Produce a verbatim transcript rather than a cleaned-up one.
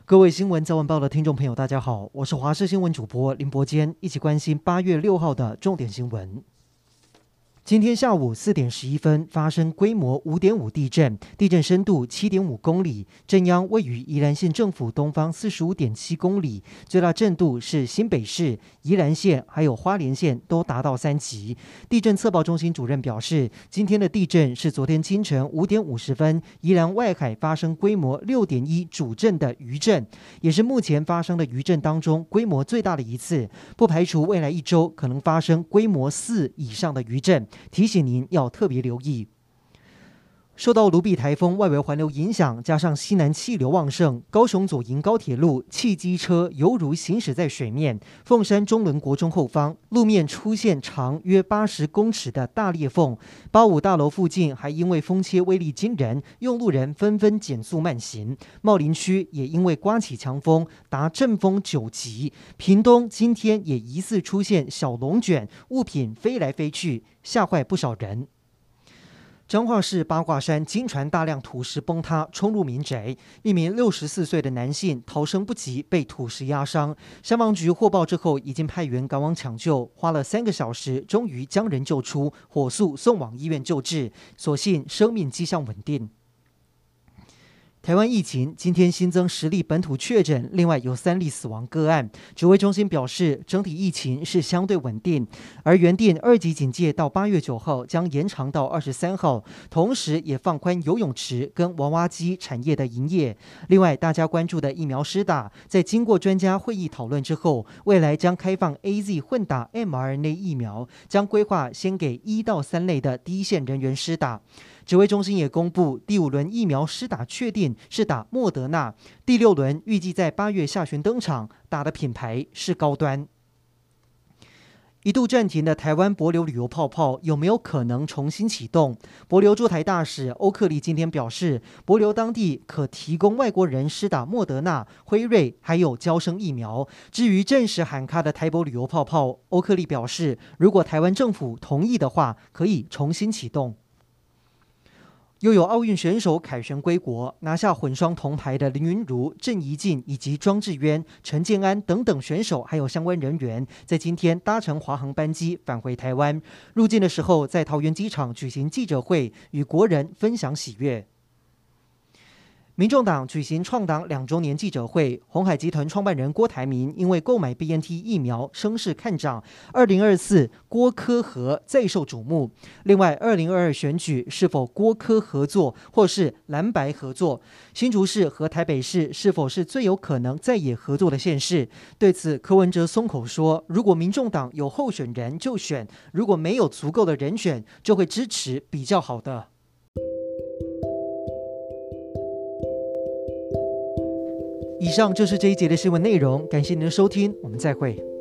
各位新闻早晚报的听众朋友，大家好，我是华视新闻主播林伯坚，一起关心八月六号的重点新闻。今天下午四点十一分发生规模五点五地震，地震深度七点五公里，震央位于宜兰县政府东方四十五点七公里，最大震度是新北市、宜兰县还有花莲县都达到三级。地震测报中心主任表示，今天的地震是昨天清晨五点五十分宜兰外海发生规模六点一主震的余震，也是目前发生的余震当中规模最大的一次，不排除未来一周可能发生规模四以上的余震。提醒您要特别留意。受到卢比台风外围环流影响，加上西南气流旺盛，高雄左营高铁路汽机车犹如行驶在水面。凤山中仑国中后方路面出现长约八十公尺的大裂缝，八五大楼附近还因为风切威力惊人，用路人纷纷减速慢行。茂林区也因为刮起强风，达阵风九级。屏东今天也疑似出现小龙卷，物品飞来飞去，吓坏不少人。彰化市八卦山惊传大量土石崩塌，冲入民宅，一名六十四岁的男性逃生不及，被土石压伤。消防局获报之后，已经派员赶往抢救，花了三个小时，终于将人救出，火速送往医院救治，所幸生命迹象稳定。台湾疫情今天新增十例本土确诊，另外有三例死亡个案。指挥中心表示，整体疫情是相对稳定，而原定二级警戒到八月九号将延长到二十三号，同时也放宽游泳池跟娃娃机产业的营业。另外，大家关注的疫苗施打，在经过专家会议讨论之后，未来将开放 A Z 混打 M R N A 疫苗，将规划先给一到三类的第一线人员施打。指挥中心也公布，第五轮疫苗施打确定是打莫德纳，第六轮预计在八月下旬登场，打的品牌是高端。一度暂停的台湾帛琉旅游泡泡有没有可能重新启动？帛琉驻台大使欧克利今天表示，帛琉当地可提供外国人施打莫德纳、辉瑞还有嬌生疫苗。至于正式喊卡的台帛旅游泡泡，欧克利表示，如果台湾政府同意的话，可以重新启动。又有奥运选手凯旋归国，拿下混双铜牌的林昀儒、郑怡静以及庄智渊、陈建安等等选手，还有相关人员，在今天搭乘华航班机返回台湾。入境的时候，在桃园机场举行记者会，与国人分享喜悦。民众党举行创党两周年记者会，鸿海集团创办人郭台铭因为购买 B N T 疫苗声势看涨，二零二四郭柯合再受瞩目。另外，二零二二选举是否郭柯合作，或是蓝白合作？新竹市和台北市是否是最有可能在野合作的县市？对此，柯文哲松口说，如果民众党有候选人就选，如果没有足够的人选，就会支持比较好的。以上就是这一节的新闻内容，感谢您的收听，我们再会。